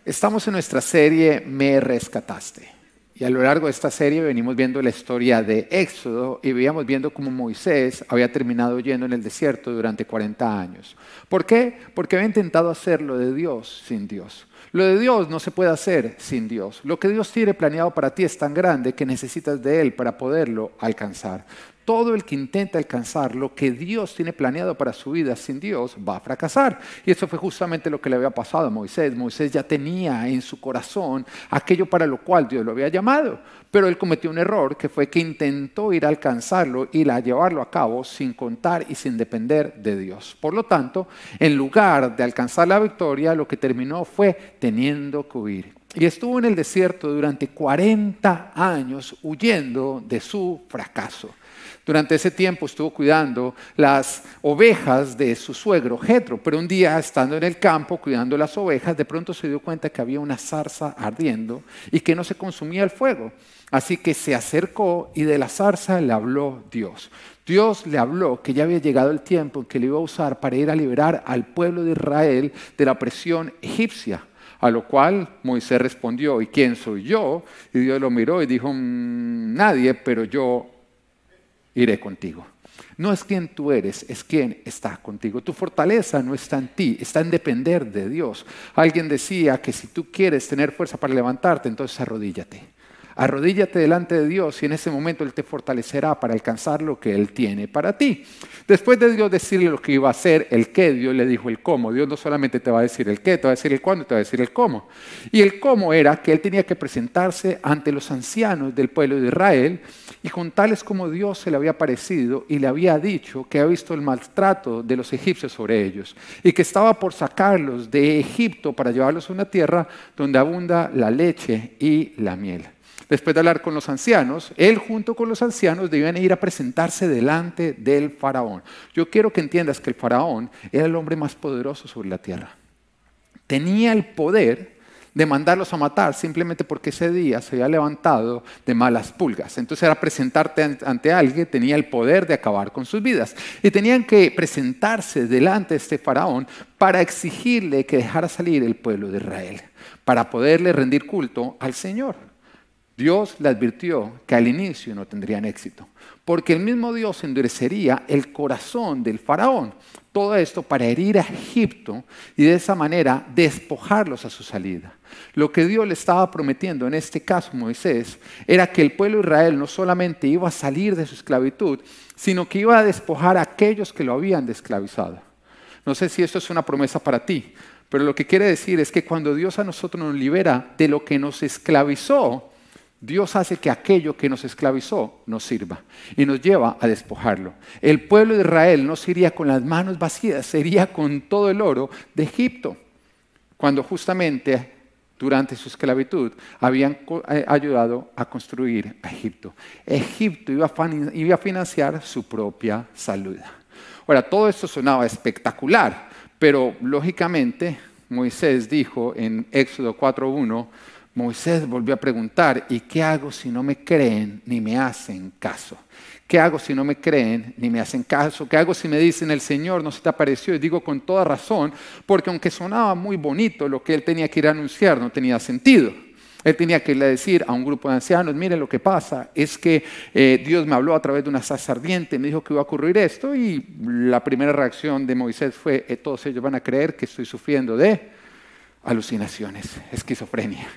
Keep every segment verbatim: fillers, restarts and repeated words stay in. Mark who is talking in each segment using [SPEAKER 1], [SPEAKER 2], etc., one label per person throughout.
[SPEAKER 1] Estamos en nuestra serie Me Rescataste. Y a lo largo de esta serie venimos viendo la historia de Éxodo y veíamos viendo cómo Moisés había terminado yendo en el desierto durante cuarenta años. ¿Por qué? Porque había intentado hacer lo de Dios sin Dios. Lo de Dios no se puede hacer sin Dios. Lo que Dios tiene planeado para ti es tan grande que necesitas de Él para poderlo alcanzar. Todo el que intenta alcanzar lo que Dios tiene planeado para su vida sin Dios va a fracasar. Y eso fue justamente lo que le había pasado a Moisés. Moisés ya tenía en su corazón aquello para lo cual Dios lo había llamado. Pero él cometió un error que fue que intentó ir a alcanzarlo y a llevarlo a cabo sin contar y sin depender de Dios. Por lo tanto, en lugar de alcanzar la victoria, lo que terminó fue teniendo que huir. Y estuvo en el desierto durante cuarenta años huyendo de su fracaso. Durante ese tiempo estuvo cuidando las ovejas de su suegro Jetro, pero un día estando en el campo cuidando las ovejas, de pronto se dio cuenta que había una zarza ardiendo y que no se consumía el fuego. Así que se acercó y de la zarza le habló Dios. Dios le habló que ya había llegado el tiempo en que le iba a usar para ir a liberar al pueblo de Israel de la opresión egipcia. A lo cual Moisés respondió, ¿y quién soy yo? Y Dios lo miró y dijo, mmm, nadie, pero yo iré contigo. No es quien tú eres, es quien está contigo. Tu fortaleza no está en ti, está en depender de Dios. Alguien decía que si tú quieres tener fuerza para levantarte, entonces arrodíllate. Arrodíllate delante de Dios y en ese momento Él te fortalecerá para alcanzar lo que Él tiene para ti. Después de Dios decirle lo que iba a hacer, el qué, Dios le dijo el cómo. Dios no solamente te va a decir el qué, te va a decir el cuándo, te va a decir el cómo. Y el cómo era que Él tenía que presentarse ante los ancianos del pueblo de Israel y contarles cómo Dios se le había aparecido y le había dicho que había visto el maltrato de los egipcios sobre ellos y que estaba por sacarlos de Egipto para llevarlos a una tierra donde abunda la leche y la miel. Después de hablar con los ancianos, él junto con los ancianos debían ir a presentarse delante del faraón. Yo quiero que entiendas que el faraón era el hombre más poderoso sobre la tierra. Tenía el poder de mandarlos a matar simplemente porque ese día se había levantado de malas pulgas. Entonces era presentarte ante alguien, tenía el poder de acabar con sus vidas. Y tenían que presentarse delante de este faraón para exigirle que dejara salir el pueblo de Israel, para poderle rendir culto al Señor. Dios le advirtió que al inicio no tendrían éxito, porque el mismo Dios endurecería el corazón del faraón. Todo esto para herir a Egipto y de esa manera despojarlos a su salida. Lo que Dios le estaba prometiendo en este caso a Moisés era que el pueblo de Israel no solamente iba a salir de su esclavitud, sino que iba a despojar a aquellos que lo habían esclavizado. No sé si esto es una promesa para ti, pero lo que quiere decir es que cuando Dios a nosotros nos libera de lo que nos esclavizó, Dios hace que aquello que nos esclavizó nos sirva y nos lleva a despojarlo. El pueblo de Israel no se iría con las manos vacías, se iría con todo el oro de Egipto, cuando justamente durante su esclavitud habían ayudado a construir a Egipto. Egipto iba a financiar su propia salud. Ahora, todo esto sonaba espectacular, pero lógicamente Moisés dijo en Éxodo cuatro uno, Moisés volvió a preguntar, ¿y qué hago si no me creen ni me hacen caso? ¿Qué hago si no me creen ni me hacen caso? ¿Qué hago si me dicen el Señor no se te apareció? Y digo con toda razón, porque aunque sonaba muy bonito lo que él tenía que ir a anunciar, no tenía sentido. Él tenía que irle a decir a un grupo de ancianos, miren lo que pasa, es que eh, Dios me habló a través de una zarza ardiente, me dijo que iba a ocurrir esto y la primera reacción de Moisés fue, eh, todos ellos van a creer que estoy sufriendo de alucinaciones, esquizofrenia.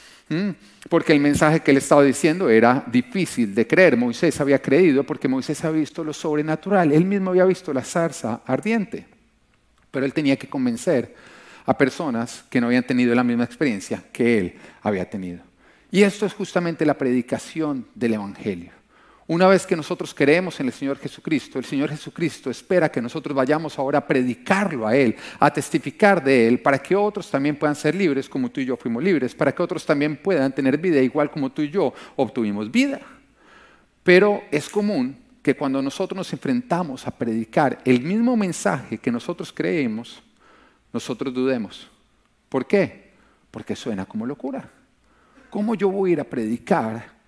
[SPEAKER 1] Porque el mensaje que él estaba diciendo era difícil de creer. Moisés había creído porque Moisés había visto lo sobrenatural. Él mismo había visto la zarza ardiente. Pero él tenía que convencer a personas que no habían tenido la misma experiencia que él había tenido. Y esto es justamente la predicación del Evangelio. Una vez que nosotros creemos en el Señor Jesucristo, el Señor Jesucristo espera que nosotros vayamos ahora a predicarlo a Él, a testificar de Él, para que otros también puedan ser libres como tú y yo fuimos libres, para que otros también puedan tener vida igual como tú y yo obtuvimos vida. Pero es común que cuando nosotros nos enfrentamos a predicar el mismo mensaje que nosotros creemos, nosotros dudemos. ¿Por qué? Porque suena como locura. ¿Cómo yo voy a ir a predicar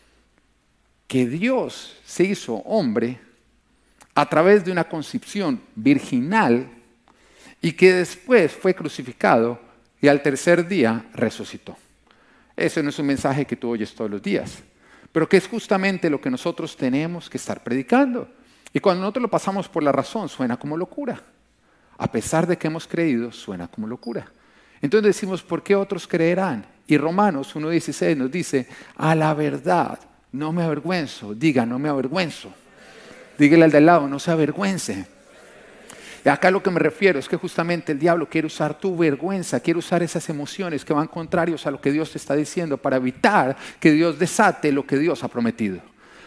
[SPEAKER 1] que Dios se hizo hombre a través de una concepción virginal y que después fue crucificado y al tercer día resucitó. Ese no es un mensaje que tú oyes todos los días, pero que es justamente lo que nosotros tenemos que estar predicando. Y cuando nosotros lo pasamos por la razón, suena como locura. A pesar de que hemos creído, suena como locura. Entonces decimos, ¿por qué otros creerán? Y Romanos uno dieciséis nos dice, a la verdad, no me avergüenzo. Diga, no me avergüenzo. Dígale al de al lado, no se avergüence. Y acá lo que me refiero es que justamente el diablo quiere usar tu vergüenza, quiere usar esas emociones que van contrarios a lo que Dios te está diciendo para evitar que Dios desate lo que Dios ha prometido.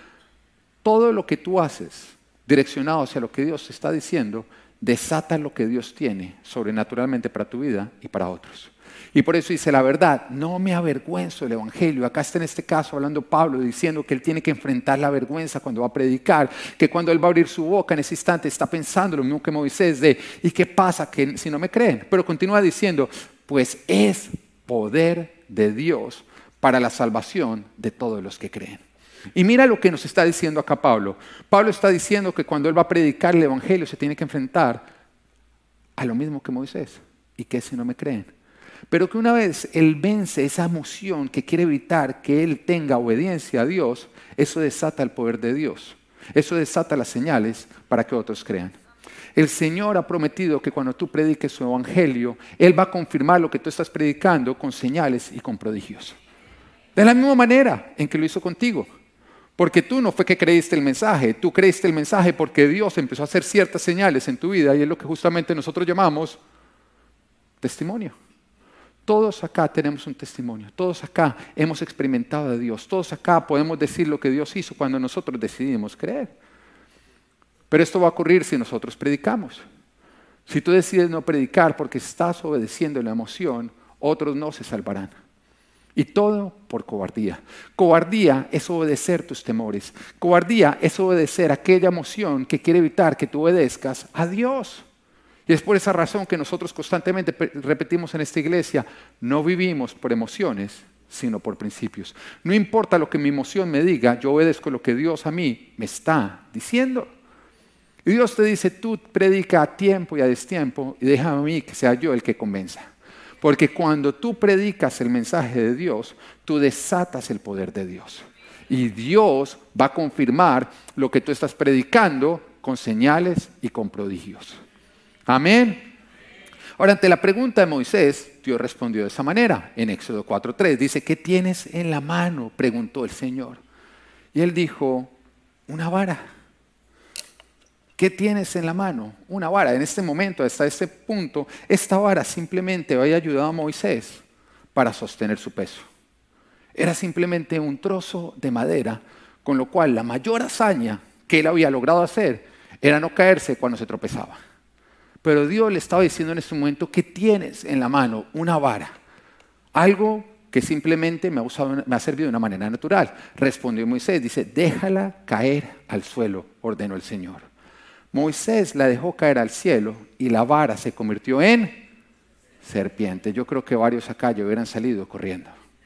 [SPEAKER 1] Todo lo que tú haces direccionado hacia lo que Dios te está diciendo, desata lo que Dios tiene sobrenaturalmente para tu vida y para otros. Y por eso dice la verdad, no me avergüenzo del Evangelio. Acá está en este caso hablando Pablo diciendo que él tiene que enfrentar la vergüenza cuando va a predicar, que cuando él va a abrir su boca en ese instante está pensando lo mismo que Moisés de, ¿y qué pasa que si no me creen? Pero continúa diciendo, pues es poder de Dios para la salvación de todos los que creen. Y mira lo que nos está diciendo acá Pablo. Pablo está diciendo que cuando él va a predicar el Evangelio se tiene que enfrentar a lo mismo que Moisés. ¿Y qué si no me creen? Pero que una vez él vence esa emoción que quiere evitar que él tenga obediencia a Dios, eso desata el poder de Dios. Eso desata las señales para que otros crean. El Señor ha prometido que cuando tú prediques su Evangelio, Él va a confirmar lo que tú estás predicando con señales y con prodigios. De la misma manera en que lo hizo contigo. Porque tú no fue que creíste el mensaje, tú creíste el mensaje porque Dios empezó a hacer ciertas señales en tu vida y es lo que justamente nosotros llamamos testimonio. Todos acá tenemos un testimonio, todos acá hemos experimentado a Dios, todos acá podemos decir lo que Dios hizo cuando nosotros decidimos creer. Pero esto va a ocurrir si nosotros predicamos. Si tú decides no predicar porque estás obedeciendo la emoción, otros no se salvarán. Y todo por cobardía. Cobardía es obedecer tus temores. Cobardía es obedecer aquella emoción que quiere evitar que tú obedezcas a Dios. Y es por esa razón que nosotros constantemente repetimos en esta iglesia, no vivimos por emociones, sino por principios. No importa lo que mi emoción me diga, yo obedezco lo que Dios a mí me está diciendo. Y Dios te dice, tú predica a tiempo y a destiempo y déjame a mí que sea yo el que convenza. Porque cuando tú predicas el mensaje de Dios, tú desatas el poder de Dios. Y Dios va a confirmar lo que tú estás predicando con señales y con prodigios. Amén. Ahora, ante la pregunta de Moisés, Dios respondió de esa manera. En Éxodo cuatro tres dice, ¿qué tienes en la mano?, preguntó el Señor. Y él dijo, una vara. ¿Qué tienes en la mano? Una vara. En este momento, hasta este punto, esta vara simplemente había ayudado a Moisés para sostener su peso. Era simplemente un trozo de madera, con lo cual la mayor hazaña que él había logrado hacer era no caerse cuando se tropezaba. Pero Dios le estaba diciendo en este momento, ¿qué tienes en la mano? Una vara. Algo que simplemente me ha, usado, me ha servido de una manera natural. Respondió Moisés, dice, déjala caer al suelo, ordenó el Señor. Moisés la dejó caer al cielo y la vara se convirtió en serpiente. Yo creo que varios acá ya hubieran salido corriendo.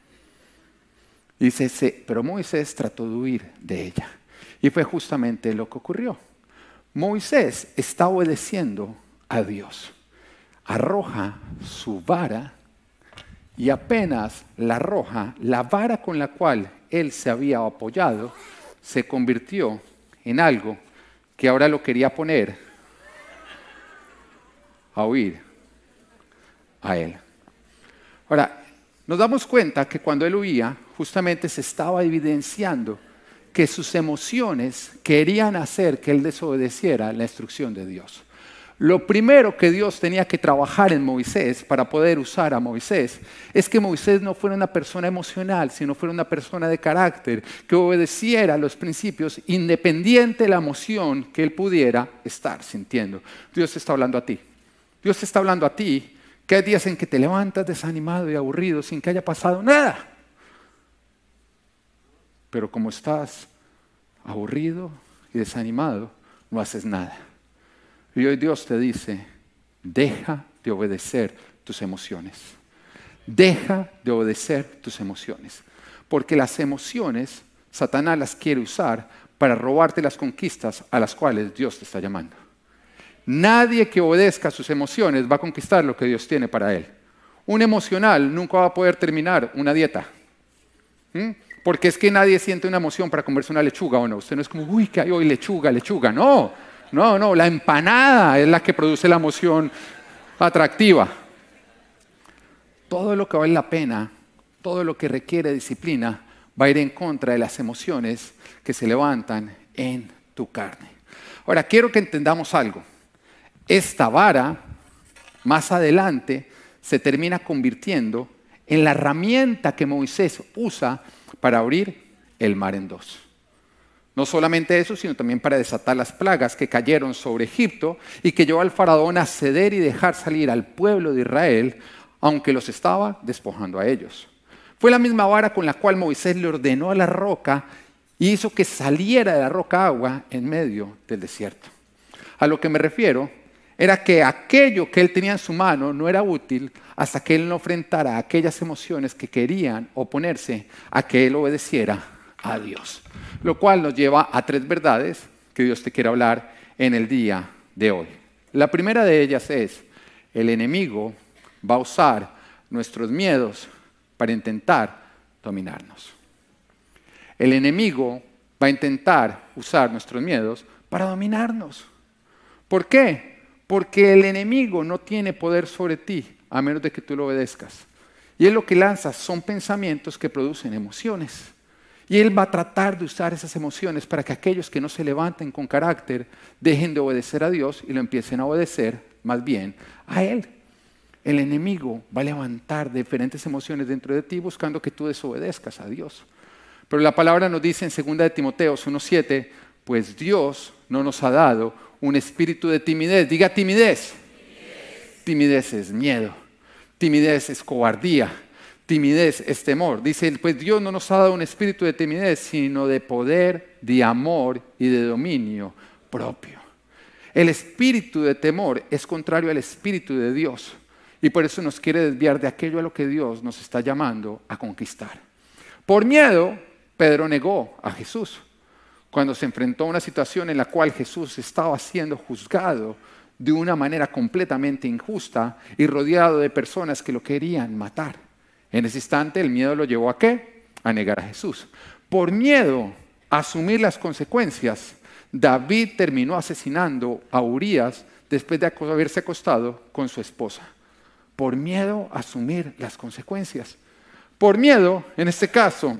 [SPEAKER 1] Dice, sí, pero Moisés trató de huir de ella. Y fue justamente lo que ocurrió. Moisés está obedeciendo a Dios. Arroja su vara y apenas la arroja, la vara con la cual él se había apoyado se convirtió en algo que ahora lo quería poner a huir a él. Ahora, nos damos cuenta que cuando él huía, justamente se estaba evidenciando que sus emociones querían hacer que él desobedeciera la instrucción de Dios. Lo primero que Dios tenía que trabajar en Moisés para poder usar a Moisés es que Moisés no fuera una persona emocional, sino fuera una persona de carácter, que obedeciera los principios independiente de la emoción que él pudiera estar sintiendo. Dios te está hablando a ti. Dios te está hablando a ti que hay días en que te levantas desanimado y aburrido sin que haya pasado nada. Pero como estás aburrido y desanimado, no haces nada. Y hoy Dios te dice, deja de obedecer tus emociones. Deja de obedecer tus emociones. Porque las emociones, Satanás las quiere usar para robarte las conquistas a las cuales Dios te está llamando. Nadie que obedezca sus emociones va a conquistar lo que Dios tiene para él. Un emocional nunca va a poder terminar una dieta. ¿Mm? Porque es que nadie siente una emoción para comerse una lechuga, ¿o no? Usted no es como, uy, ¿qué hay hoy? Lechuga, lechuga. No, no, no. La empanada es la que produce la emoción atractiva. Todo lo que vale la pena, todo lo que requiere disciplina, va a ir en contra de las emociones que se levantan en tu carne. Ahora, quiero que entendamos algo. Esta vara, más adelante, se termina convirtiendo en la herramienta que Moisés usa para abrir el mar en dos. No solamente eso, sino también para desatar las plagas que cayeron sobre Egipto y que llevó al faraón a ceder y dejar salir al pueblo de Israel, aunque los estaba despojando a ellos. Fue la misma vara con la cual Moisés le ordenó a la roca y hizo que saliera de la roca agua en medio del desierto. A lo que me refiero era que aquello que él tenía en su mano no era útil hasta que él no enfrentara aquellas emociones que querían oponerse a que él obedeciera a Dios. Lo cual nos lleva a tres verdades que Dios te quiere hablar en el día de hoy. La primera de ellas es, el enemigo va a usar nuestros miedos para intentar dominarnos. El enemigo va a intentar usar nuestros miedos para dominarnos. ¿Por qué? Porque el enemigo no tiene poder sobre ti a menos de que tú lo obedezcas. Y él lo que lanza son pensamientos que producen emociones. Y él va a tratar de usar esas emociones para que aquellos que no se levanten con carácter dejen de obedecer a Dios y lo empiecen a obedecer más bien a él. El enemigo va a levantar diferentes emociones dentro de ti buscando que tú desobedezcas a Dios. Pero la palabra nos dice en segunda de Timoteo uno siete, pues Dios no nos ha dado un espíritu de timidez. Diga timidez. Timidez, timidez es miedo. Timidez es cobardía. Timidez es temor. Dice, pues Dios no nos ha dado un espíritu de timidez, sino de poder, de amor y de dominio propio. El espíritu de temor es contrario al espíritu de Dios. Y por eso nos quiere desviar de aquello a lo que Dios nos está llamando a conquistar. Por miedo, Pedro negó a Jesús cuando se enfrentó a una situación en la cual Jesús estaba siendo juzgado de una manera completamente injusta y rodeado de personas que lo querían matar. En ese instante el miedo lo llevó a ¿qué? A negar a Jesús. Por miedo a asumir las consecuencias, David terminó asesinando a Urías después de haberse acostado con su esposa. Por miedo a asumir las consecuencias. Por miedo, en este caso,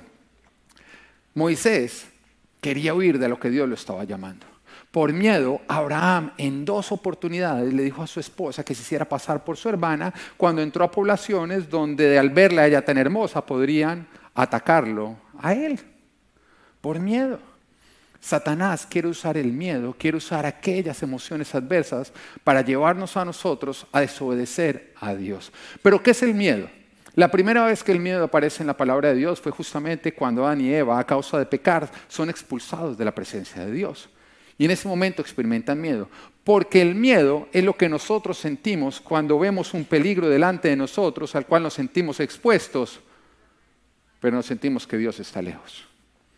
[SPEAKER 1] Moisés quería huir de lo que Dios lo estaba llamando. Por miedo, Abraham en dos oportunidades le dijo a su esposa que se hiciera pasar por su hermana cuando entró a poblaciones donde al verla a ella tan hermosa podrían atacarlo a él. Por miedo. Satanás quiere usar el miedo, quiere usar aquellas emociones adversas para llevarnos a nosotros a desobedecer a Dios. ¿Pero qué es el miedo? La primera vez que el miedo aparece en la palabra de Dios fue justamente cuando Adán y Eva, a causa de pecar, son expulsados de la presencia de Dios. Y en ese momento experimentan miedo, porque el miedo es lo que nosotros sentimos cuando vemos un peligro delante de nosotros al cual nos sentimos expuestos, pero nos sentimos que Dios está lejos.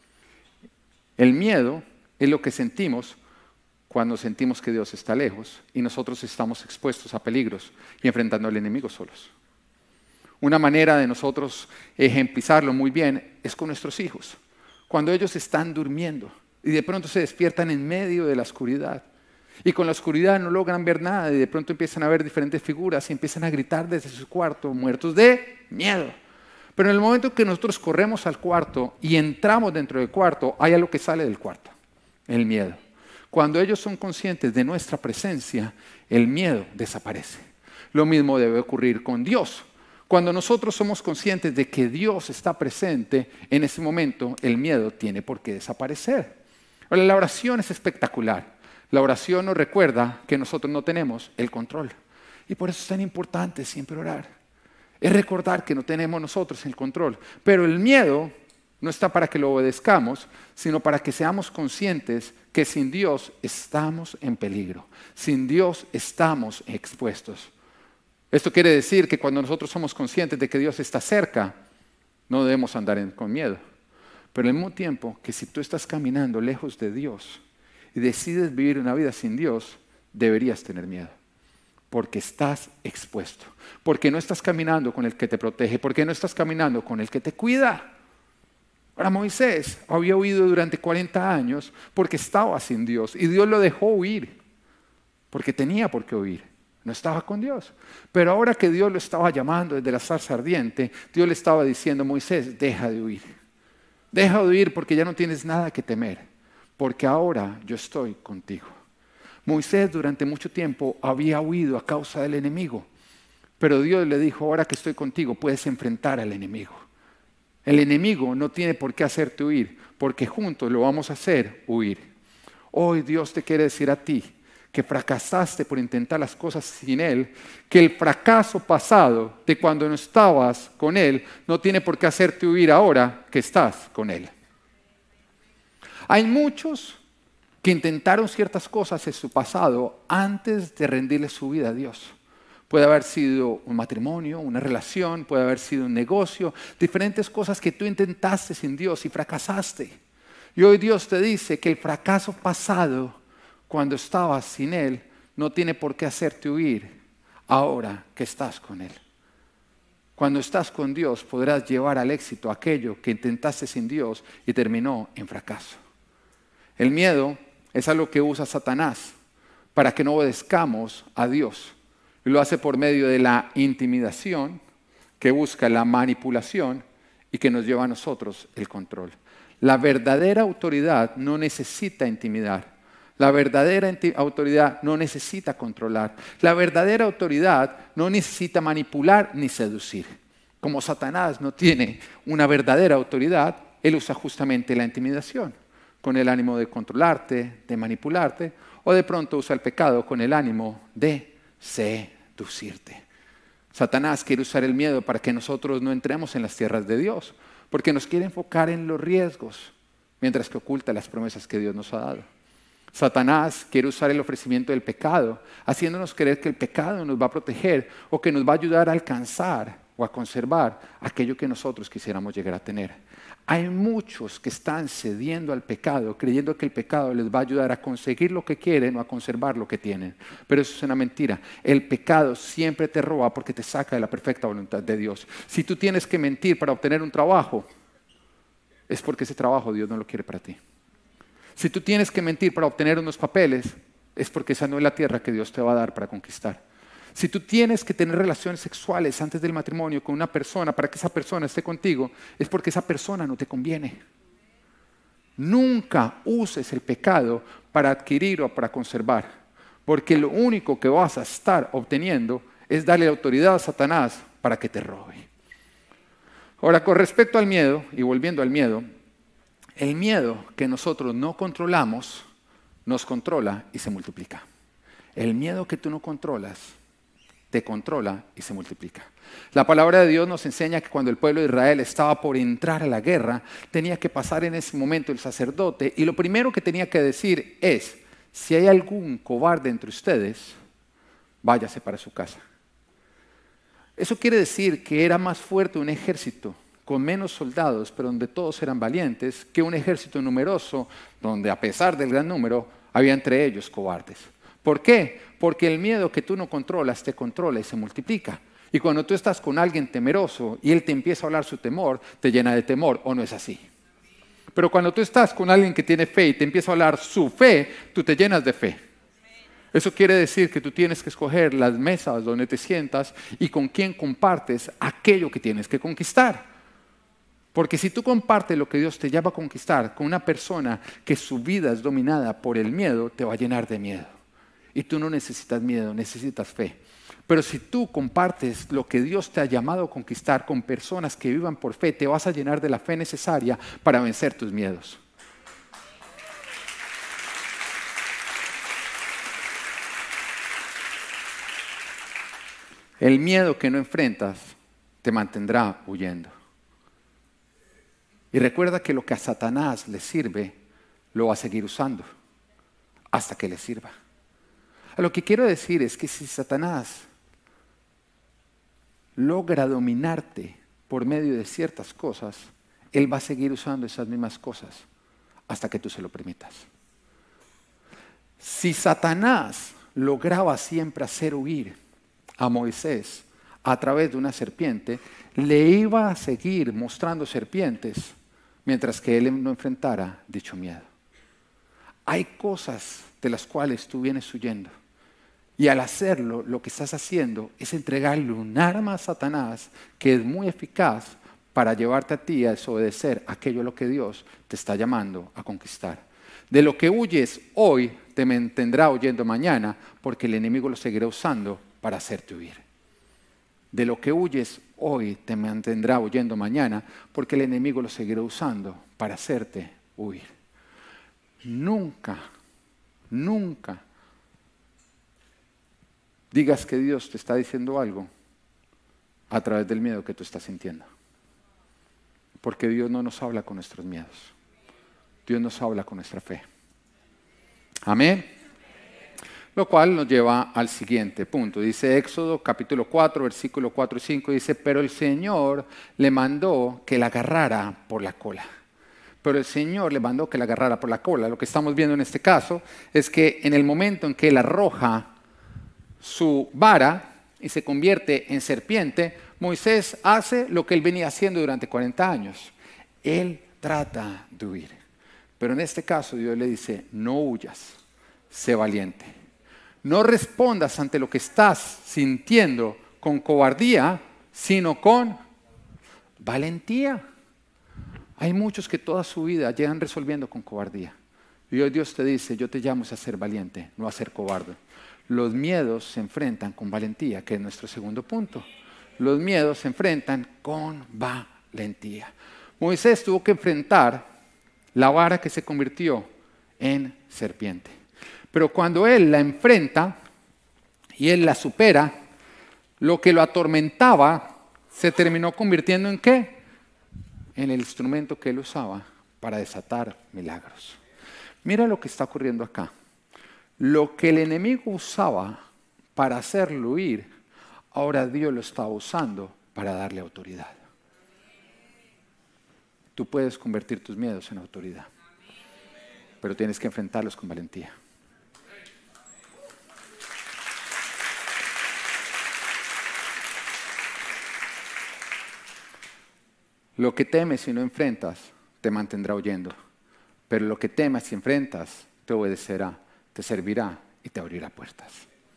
[SPEAKER 1] El miedo es lo que sentimos cuando sentimos que Dios está lejos y nosotros estamos expuestos a peligros y enfrentando al enemigo solos. Una manera de nosotros ejemplizarlo muy bien es con nuestros hijos. Cuando ellos están durmiendo y de pronto se despiertan en medio de la oscuridad y con la oscuridad no logran ver nada y de pronto empiezan a ver diferentes figuras y empiezan a gritar desde su cuarto, muertos de miedo. Pero en el momento que nosotros corremos al cuarto y entramos dentro del cuarto, hay algo que sale del cuarto, el miedo. Cuando ellos son conscientes de nuestra presencia, el miedo desaparece. Lo mismo debe ocurrir con Dios. Cuando nosotros somos conscientes de que Dios está presente, en ese momento el miedo tiene por qué desaparecer. Ahora, la oración es espectacular. La oración nos recuerda que nosotros no tenemos el control. Y por eso es tan importante siempre orar. Es recordar que no tenemos nosotros el control. Pero el miedo no está para que lo obedezcamos, sino para que seamos conscientes que sin Dios estamos en peligro. Sin Dios estamos expuestos. Esto quiere decir que cuando nosotros somos conscientes de que Dios está cerca, no debemos andar en, con miedo. Pero al mismo tiempo que si tú estás caminando lejos de Dios y decides vivir una vida sin Dios, deberías tener miedo. Porque estás expuesto, porque no estás caminando con el que te protege, porque no estás caminando con el que te cuida. Ahora Moisés había huido durante cuarenta años porque estaba sin Dios y Dios lo dejó huir, porque tenía por qué huir, no estaba con Dios. Pero ahora que Dios lo estaba llamando desde la zarza ardiente, Dios le estaba diciendo: Moisés, deja de huir, deja de huir porque ya no tienes nada que temer, porque ahora yo estoy contigo. Moisés durante mucho tiempo había huido a causa del enemigo, pero Dios le dijo: ahora que estoy contigo puedes enfrentar al enemigo. El enemigo no tiene por qué hacerte huir, porque juntos lo vamos a hacer huir. Hoy Dios te quiere decir a ti que fracasaste por intentar las cosas sin Él, que el fracaso pasado de cuando no estabas con Él no tiene por qué hacerte huir ahora que estás con Él. Hay muchos que intentaron ciertas cosas en su pasado antes de rendirle su vida a Dios. Puede haber sido un matrimonio, una relación, puede haber sido un negocio, diferentes cosas que tú intentaste sin Dios y fracasaste. Y hoy Dios te dice que el fracaso pasado, cuando estabas sin Él, no tiene por qué hacerte huir ahora que estás con Él. Cuando estás con Dios podrás llevar al éxito aquello que intentaste sin Dios y terminó en fracaso. El miedo es algo que usa Satanás para que no obedezcamos a Dios. Y lo hace por medio de la intimidación, que busca la manipulación y que nos lleva a nosotros el control. La verdadera autoridad no necesita intimidar. La verdadera autoridad no necesita controlar. La verdadera autoridad no necesita manipular ni seducir. Como Satanás no tiene una verdadera autoridad, él usa justamente la intimidación, con el ánimo de controlarte, de manipularte, o de pronto usa el pecado con el ánimo de seducirte. Satanás quiere usar el miedo para que nosotros no entremos en las tierras de Dios, porque nos quiere enfocar en los riesgos, mientras que oculta las promesas que Dios nos ha dado. Satanás quiere usar el ofrecimiento del pecado, haciéndonos creer que el pecado nos va a proteger o que nos va a ayudar a alcanzar o a conservar aquello que nosotros quisiéramos llegar a tener. Hay muchos que están cediendo al pecado, creyendo que el pecado les va a ayudar a conseguir lo que quieren o a conservar lo que tienen. Pero eso es una mentira. El pecado siempre te roba porque te saca de la perfecta voluntad de Dios. Si tú tienes que mentir para obtener un trabajo, es porque ese trabajo Dios no lo quiere para ti. Si tú tienes que mentir para obtener unos papeles, es porque esa no es la tierra que Dios te va a dar para conquistar. Si tú tienes que tener relaciones sexuales antes del matrimonio con una persona para que esa persona esté contigo, es porque esa persona no te conviene. Nunca uses el pecado para adquirir o para conservar, porque lo único que vas a estar obteniendo es darle autoridad a Satanás para que te robe. Ahora, con respecto al miedo, y volviendo al miedo, el miedo que nosotros no controlamos, nos controla y se multiplica. El miedo que tú no controlas, te controla y se multiplica. La palabra de Dios nos enseña que cuando el pueblo de Israel estaba por entrar a la guerra, tenía que pasar en ese momento el sacerdote y lo primero que tenía que decir es: si hay algún cobarde entre ustedes, váyase para su casa. Eso quiere decir que era más fuerte un ejército con menos soldados, pero donde todos eran valientes, que un ejército numeroso, donde a pesar del gran número, había entre ellos cobardes. ¿Por qué? Porque el miedo que tú no controlas te controla y se multiplica. Y cuando tú estás con alguien temeroso y él te empieza a hablar su temor, te llena de temor, ¿o no es así? Pero cuando tú estás con alguien que tiene fe y te empieza a hablar su fe, tú te llenas de fe. Eso quiere decir que tú tienes que escoger las mesas donde te sientas y con quién compartes aquello que tienes que conquistar. Porque si tú compartes lo que Dios te llama a conquistar con una persona que su vida es dominada por el miedo, te va a llenar de miedo. Y tú no necesitas miedo, necesitas fe. Pero si tú compartes lo que Dios te ha llamado a conquistar con personas que vivan por fe, te vas a llenar de la fe necesaria para vencer tus miedos. El miedo que no enfrentas te mantendrá huyendo. Y recuerda que lo que a Satanás le sirve, lo va a seguir usando hasta que le sirva. Lo que quiero decir es que si Satanás logra dominarte por medio de ciertas cosas, él va a seguir usando esas mismas cosas hasta que tú se lo permitas. Si Satanás lograba siempre hacer huir a Moisés a través de una serpiente, le iba a seguir mostrando serpientes mientras que él no enfrentara dicho miedo. Hay cosas de las cuales tú vienes huyendo. Y al hacerlo, lo que estás haciendo es entregarle un arma a Satanás que es muy eficaz para llevarte a ti a desobedecer aquello a lo que Dios te está llamando a conquistar. De lo que huyes hoy, te mantendrá huyendo mañana, porque el enemigo lo seguirá usando para hacerte huir. De lo que huyes hoy, te mantendrá huyendo mañana, porque el enemigo lo seguirá usando para hacerte huir. Nunca, nunca digas que Dios te está diciendo algo a través del miedo que tú estás sintiendo. Porque Dios no nos habla con nuestros miedos. Dios nos habla con nuestra fe. Amén. Lo cual nos lleva al siguiente punto. Dice Éxodo capítulo cuatro, versículo cuatro y cinco. Dice, pero el Señor le mandó que la agarrara por la cola. Pero el Señor le mandó que la agarrara por la cola. Lo que estamos viendo en este caso es que en el momento en que él arroja su vara y se convierte en serpiente, Moisés hace lo que él venía haciendo durante cuarenta años. Él trata de huir. Pero en este caso Dios le dice, no huyas, sé valiente. No respondas ante lo que estás sintiendo con cobardía, sino con valentía. Hay muchos que toda su vida llegan resolviendo con cobardía. Y hoy Dios te dice, yo te llamo a ser valiente, no a ser cobarde. Los miedos se enfrentan con valentía, que es nuestro segundo punto. Los miedos se enfrentan con valentía. Moisés tuvo que enfrentar la vara que se convirtió en serpiente. Pero cuando él la enfrenta y él la supera, lo que lo atormentaba se terminó convirtiendo en ¿qué? En el instrumento que él usaba para desatar milagros. Mira lo que está ocurriendo acá. Lo que el enemigo usaba para hacerlo huir, ahora Dios lo estaba usando para darle autoridad. Tú puedes convertir tus miedos en autoridad, pero tienes que enfrentarlos con valentía. Lo que temes si no enfrentas, te mantendrá huyendo. Pero lo que temas si enfrentas, te obedecerá, te servirá y te abrirá puertas.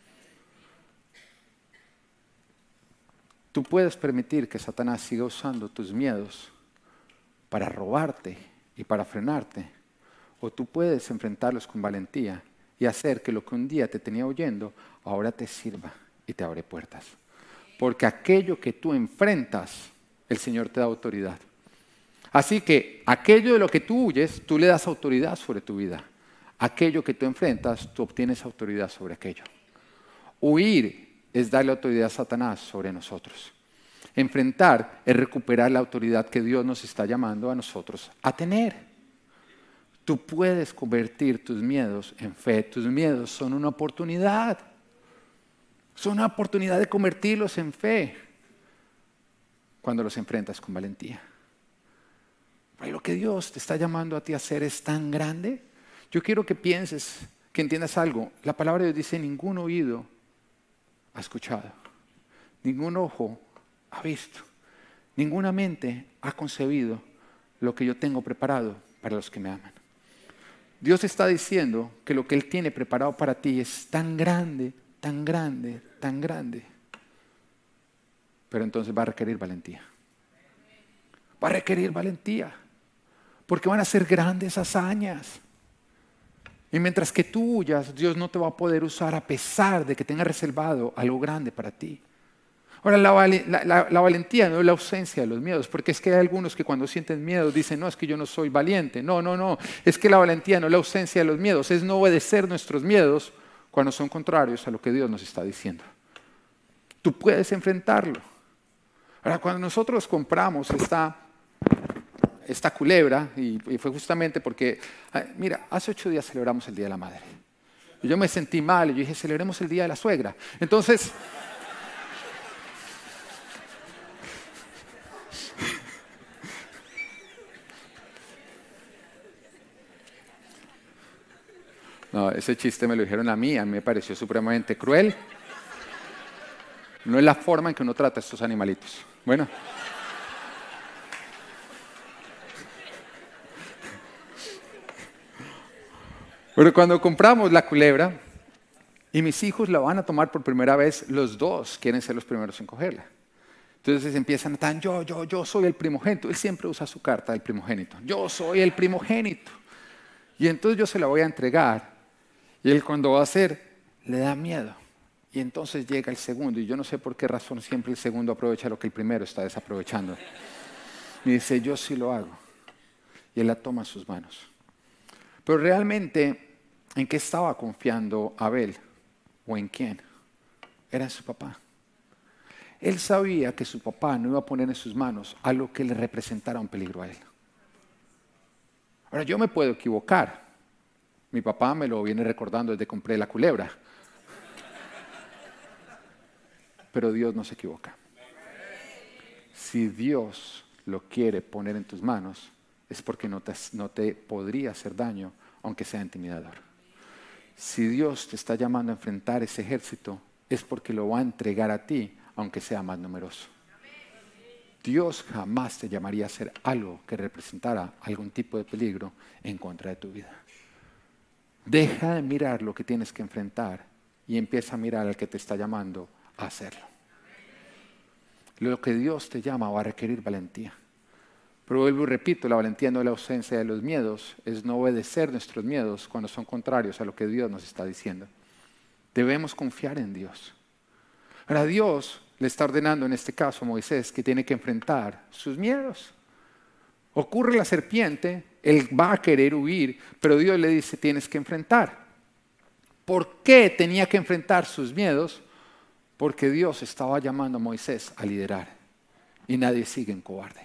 [SPEAKER 1] Tú puedes permitir que Satanás siga usando tus miedos para robarte y para frenarte. O tú puedes enfrentarlos con valentía y hacer que lo que un día te tenía huyendo, ahora te sirva y te abre puertas. Porque aquello que tú enfrentas, el Señor te da autoridad. Así que aquello de lo que tú huyes, tú le das autoridad sobre tu vida. Aquello que tú enfrentas, tú obtienes autoridad sobre aquello. Huir es darle autoridad a Satanás sobre nosotros. Enfrentar es recuperar la autoridad que Dios nos está llamando a nosotros a tener. Tú puedes convertir tus miedos en fe. Tus miedos son una oportunidad. Son una oportunidad de convertirlos en fe cuando los enfrentas con valentía. Pero lo que Dios te está llamando a ti a hacer es tan grande. Yo quiero que pienses, que entiendas algo. La palabra de Dios dice, ningún oído ha escuchado, ningún ojo ha visto, ninguna mente ha concebido lo que yo tengo preparado para los que me aman. Dios está diciendo que lo que Él tiene preparado para ti es tan grande, tan grande, tan grande. Pero entonces va a requerir valentía. Va a requerir valentía. Porque van a ser grandes hazañas. Y mientras que tú huyas, Dios no te va a poder usar a pesar de que tenga reservado algo grande para ti. Ahora, la, la, la, la valentía no es la ausencia de los miedos, porque es que hay algunos que cuando sienten miedo dicen, no, es que yo no soy valiente. No, no, no. Es que la valentía no es la ausencia de los miedos, es no obedecer nuestros miedos cuando son contrarios a lo que Dios nos está diciendo. Tú puedes enfrentarlo. Ahora, cuando nosotros compramos esta, esta culebra, y, y fue justamente porque, mira, hace ocho días celebramos el Día de la Madre. Y yo me sentí mal, y yo dije, celebremos el Día de la Suegra. Entonces, No, ese chiste me lo dijeron a mí, a mí me pareció supremamente cruel. No es la forma en que uno trata a estos animalitos. Bueno. Pero cuando compramos la culebra y mis hijos la van a tomar por primera vez, los dos quieren ser los primeros en cogerla. Entonces empiezan a estar, yo, yo, yo soy el primogénito. Él siempre usa su carta del primogénito. Yo soy el primogénito. Y entonces yo se la voy a entregar. Y él cuando va a hacer, le da miedo. Y entonces llega el segundo. Y yo no sé por qué razón siempre el segundo aprovecha lo que el primero está desaprovechando. Y dice, yo sí lo hago. Y él la toma en sus manos. Pero realmente, ¿en qué estaba confiando Abel? ¿O en quién? Era en su papá. Él sabía que su papá no iba a poner en sus manos algo que le representara un peligro a él. Ahora, yo me puedo equivocar. Mi papá me lo viene recordando desde que compré la culebra. Pero Dios no se equivoca. Si Dios lo quiere poner en tus manos, es porque no te, no te podría hacer daño, aunque sea intimidador. Si Dios te está llamando a enfrentar ese ejército, es porque lo va a entregar a ti, aunque sea más numeroso. Dios jamás te llamaría a hacer algo que representara algún tipo de peligro en contra de tu vida. Deja de mirar lo que tienes que enfrentar y empieza a mirar al que te está llamando a hacerlo. Lo que Dios te llama va a requerir valentía. Pero vuelvo y repito, la valentía no es la ausencia de los miedos, es no obedecer nuestros miedos cuando son contrarios a lo que Dios nos está diciendo. Debemos confiar en Dios. Ahora Dios le está ordenando en este caso a Moisés que tiene que enfrentar sus miedos. Ocurre la serpiente, él va a querer huir, pero Dios le dice tienes que enfrentar. ¿Por qué tenía que enfrentar sus miedos? Porque Dios estaba llamando a Moisés a liderar y nadie sigue en cobarde.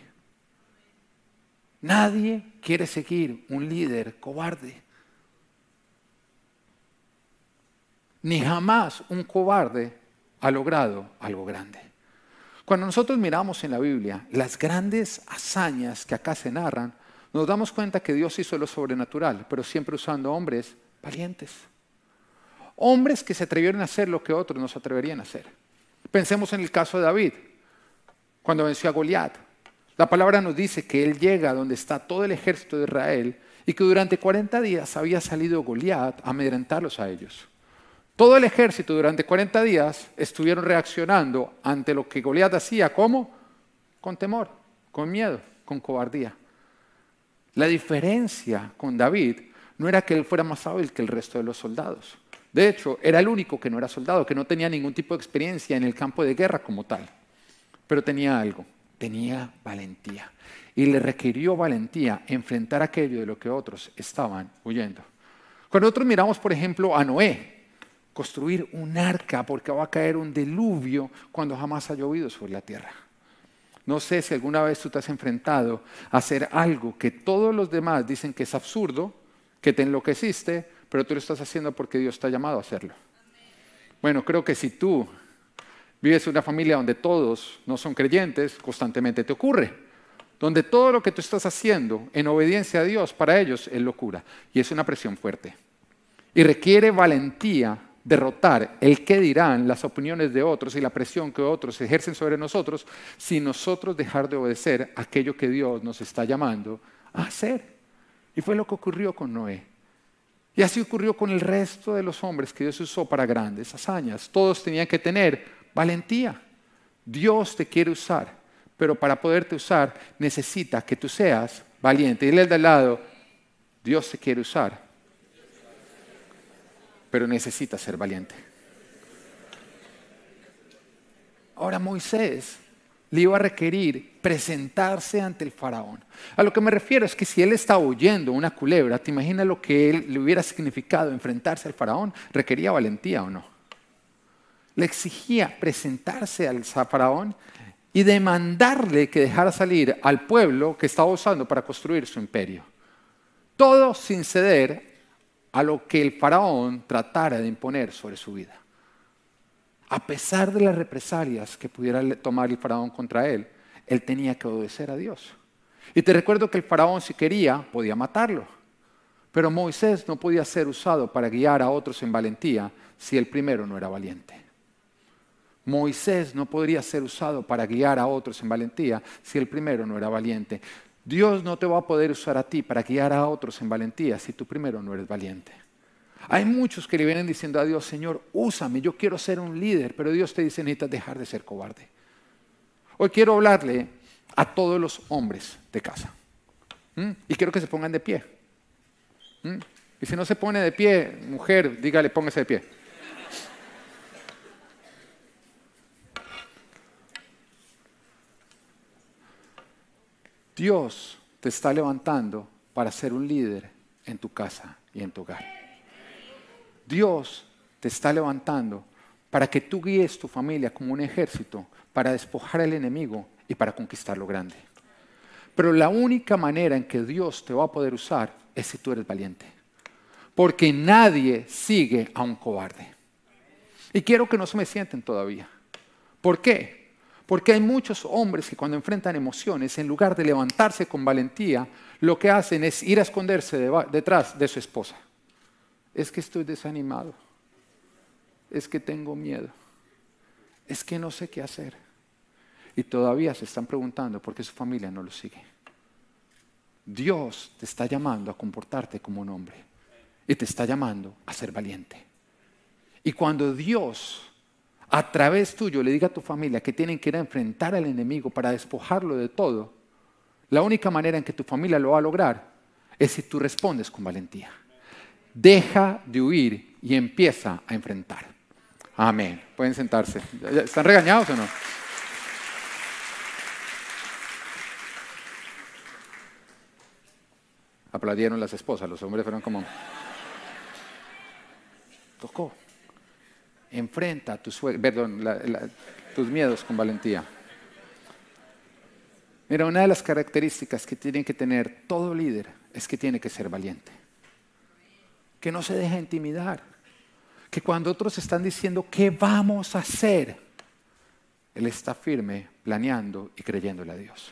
[SPEAKER 1] Nadie quiere seguir un líder cobarde. Ni jamás un cobarde ha logrado algo grande. Cuando nosotros miramos en la Biblia las grandes hazañas que acá se narran, nos damos cuenta que Dios hizo lo sobrenatural, pero siempre usando hombres valientes. Hombres que se atrevieron a hacer lo que otros no se atreverían a hacer. Pensemos en el caso de David, cuando venció a Goliat. La palabra nos dice que él llega donde está todo el ejército de Israel y que durante cuarenta días había salido Goliat a amedrentarlos a ellos. Todo el ejército durante cuarenta días estuvieron reaccionando ante lo que Goliat hacía. ¿Cómo? Con temor, con miedo, con cobardía. La diferencia con David no era que él fuera más hábil que el resto de los soldados. De hecho, era el único que no era soldado, que no tenía ningún tipo de experiencia en el campo de guerra como tal. Pero tenía algo, tenía valentía. Y le requirió valentía enfrentar aquello de lo que otros estaban huyendo. Cuando nosotros miramos, por ejemplo, a Noé, construir un arca porque va a caer un diluvio cuando jamás ha llovido sobre la tierra. No sé si alguna vez tú te has enfrentado a hacer algo que todos los demás dicen que es absurdo, que te enloqueciste, pero tú lo estás haciendo porque Dios te ha llamado a hacerlo. Bueno, creo que si tú vives en una familia donde todos no son creyentes, constantemente te ocurre. Donde todo lo que tú estás haciendo en obediencia a Dios para ellos es locura. Y es una presión fuerte. Y requiere valentía derrotar el qué dirán, las opiniones de otros y la presión que otros ejercen sobre nosotros, sin nosotros dejar de obedecer aquello que Dios nos está llamando a hacer. Y fue lo que ocurrió con Noé. Y así ocurrió con el resto de los hombres que Dios usó para grandes hazañas. Todos tenían que tener valentía. Dios te quiere usar, pero para poderte usar necesita que tú seas valiente. Y dile de al lado, Dios te quiere usar, pero necesita ser valiente. Ahora Moisés le iba a requerir presentarse ante el faraón. A lo que me refiero es que si él estaba huyendo una culebra, ¿te imaginas lo que él le hubiera significado enfrentarse al faraón? ¿Requería valentía o no? Le exigía presentarse al faraón y demandarle que dejara salir al pueblo que estaba usando para construir su imperio. Todo sin ceder a lo que el faraón tratara de imponer sobre su vida. A pesar de las represalias que pudiera tomar el faraón contra él, él tenía que obedecer a Dios. Y te recuerdo que el faraón, si quería, podía matarlo. Pero Moisés no podía ser usado para guiar a otros en valentía si él primero no era valiente. Moisés no podría ser usado para guiar a otros en valentía si él primero no era valiente. Dios no te va a poder usar a ti para guiar a otros en valentía si tú primero no eres valiente. Hay muchos que le vienen diciendo a Dios, Señor, úsame, yo quiero ser un líder, pero Dios te dice, necesitas dejar de ser cobarde. Hoy quiero hablarle a todos los hombres de casa. ¿Mm? Y quiero que se pongan de pie. ¿Mm? Y si no se pone de pie, mujer, dígale, póngase de pie. Dios te está levantando para ser un líder en tu casa y en tu hogar. Dios te está levantando para que tú guíes tu familia como un ejército para despojar al enemigo y para conquistar lo grande. Pero la única manera en que Dios te va a poder usar es si tú eres valiente. Porque nadie sigue a un cobarde. Y quiero que no se me sienten todavía. ¿Por qué? Porque hay muchos hombres que cuando enfrentan emociones, en lugar de levantarse con valentía, lo que hacen es ir a esconderse de- detrás de su esposa. Es que estoy desanimado. Es que tengo miedo. Es que no sé qué hacer. Y todavía se están preguntando por qué su familia no lo sigue. Dios te está llamando a comportarte como un hombre. Y te está llamando a ser valiente. Y cuando Dios, a través tuyo, le diga a tu familia que tienen que ir a enfrentar al enemigo para despojarlo de todo, la única manera en que tu familia lo va a lograr es si tú respondes con valentía. Deja de huir y empieza a enfrentar. Amén. Pueden sentarse. ¿Están regañados o no? Aplaudieron las esposas, los hombres fueron como... Tocó. Enfrenta a tus, sue- perdón, la- la- tus miedos con valentía. Mira, una de las características que tiene que tener todo líder es que tiene que ser valiente. Que no se deje intimidar. Que cuando otros están diciendo, ¿qué vamos a hacer? Él está firme, planeando y creyéndole a Dios.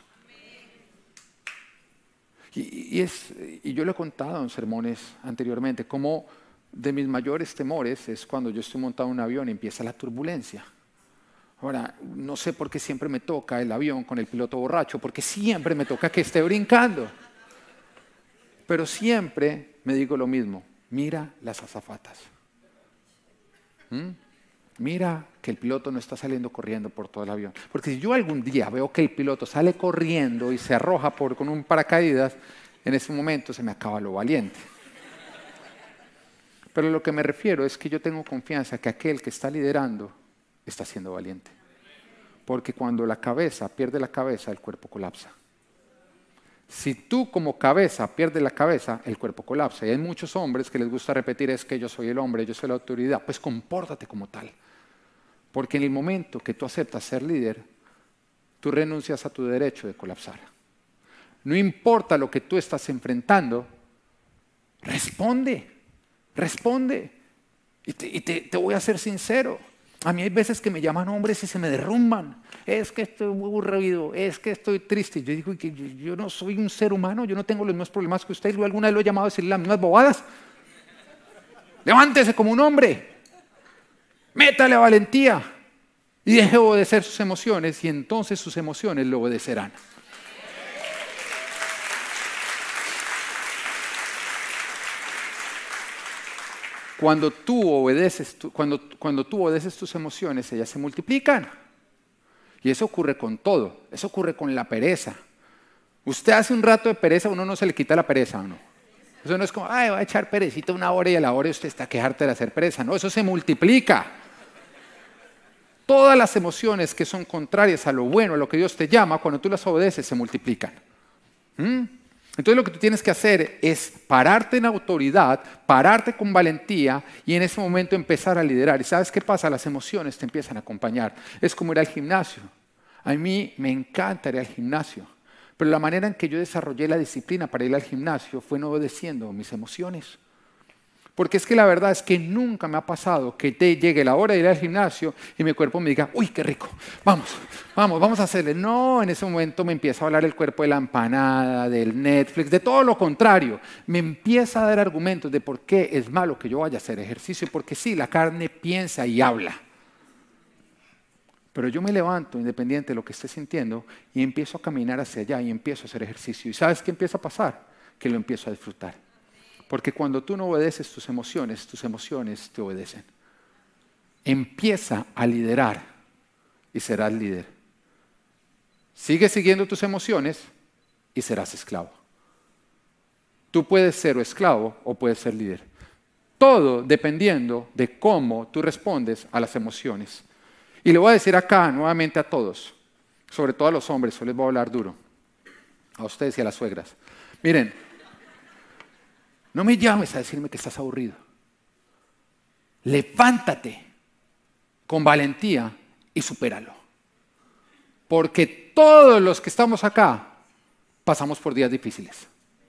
[SPEAKER 1] Y, y, es, y yo lo he contado en sermones anteriormente, como de mis mayores temores es cuando yo estoy montado en un avión y empieza la turbulencia. Ahora, no sé por qué siempre me toca el avión con el piloto borracho, porque siempre me toca que esté brincando. Pero siempre me digo lo mismo, mira las azafatas. ¿Mm? Mira que el piloto no está saliendo corriendo por todo el avión. Porque si yo algún día veo que el piloto sale corriendo y se arroja por, con un paracaídas, en ese momento se me acaba lo valiente. Pero lo que me refiero es que yo tengo confianza que aquel que está liderando está siendo valiente. Porque cuando la cabeza pierde la cabeza, el cuerpo colapsa. Si tú como cabeza pierdes la cabeza, el cuerpo colapsa. Y hay muchos hombres que les gusta repetir, es que yo soy el hombre, yo soy la autoridad. Pues compórtate como tal. Porque en el momento que tú aceptas ser líder, tú renuncias a tu derecho de colapsar. No importa lo que tú estás enfrentando, responde, responde. Y, te, y te, te voy a ser sincero. A mí hay veces que me llaman hombres y se me derrumban. Es que estoy muy aburrido, es que estoy triste. Yo digo que yo, yo no soy un ser humano, yo no tengo los mismos problemas que usted. Yo alguna vez lo he llamado a decirle las mismas bobadas. Levántese como un hombre. Métale valentía. Y deje obedecer sus emociones y entonces sus emociones lo obedecerán. Cuando tú obedeces, tu, cuando, cuando tú obedeces tus emociones, ellas se multiplican. Y eso ocurre con todo. Eso ocurre con la pereza. Usted hace un rato de pereza, a uno no se le quita la pereza, ¿o no? Eso no es como, ay, va a echar perecita una hora y a la hora usted está quejarte de hacer pereza. No, eso se multiplica. Todas las emociones que son contrarias a lo bueno, a lo que Dios te llama, cuando tú las obedeces, se multiplican. ¿Mm? Entonces lo que tú tienes que hacer es pararte en autoridad, pararte con valentía y en ese momento empezar a liderar. ¿Y sabes qué pasa? Las emociones te empiezan a acompañar. Es como ir al gimnasio. A mí me encanta ir al gimnasio, pero la manera en que yo desarrollé la disciplina para ir al gimnasio fue no obedeciendo mis emociones. Porque es que la verdad es que nunca me ha pasado que te llegue la hora de ir al gimnasio y mi cuerpo me diga, uy, qué rico, vamos, vamos, vamos a hacerle. No, en ese momento me empieza a hablar el cuerpo de la empanada, del Netflix, de todo lo contrario. Me empieza a dar argumentos de por qué es malo que yo vaya a hacer ejercicio, porque sí, la carne piensa y habla. Pero yo me levanto, independiente de lo que esté sintiendo, y empiezo a caminar hacia allá y empiezo a hacer ejercicio. ¿Y sabes qué empieza a pasar? Que lo empiezo a disfrutar. Porque cuando tú no obedeces tus emociones, tus emociones te obedecen. Empieza a liderar y serás líder. Sigue siguiendo tus emociones y serás esclavo. Tú puedes ser o esclavo o puedes ser líder. Todo dependiendo de cómo tú respondes a las emociones. Y le voy a decir acá nuevamente a todos, sobre todo a los hombres, yo les voy a hablar duro, a ustedes y a las suegras. Miren, no me llames a decirme que estás aburrido. Levántate con valentía y supéralo. Porque todos los que estamos acá pasamos por días difíciles.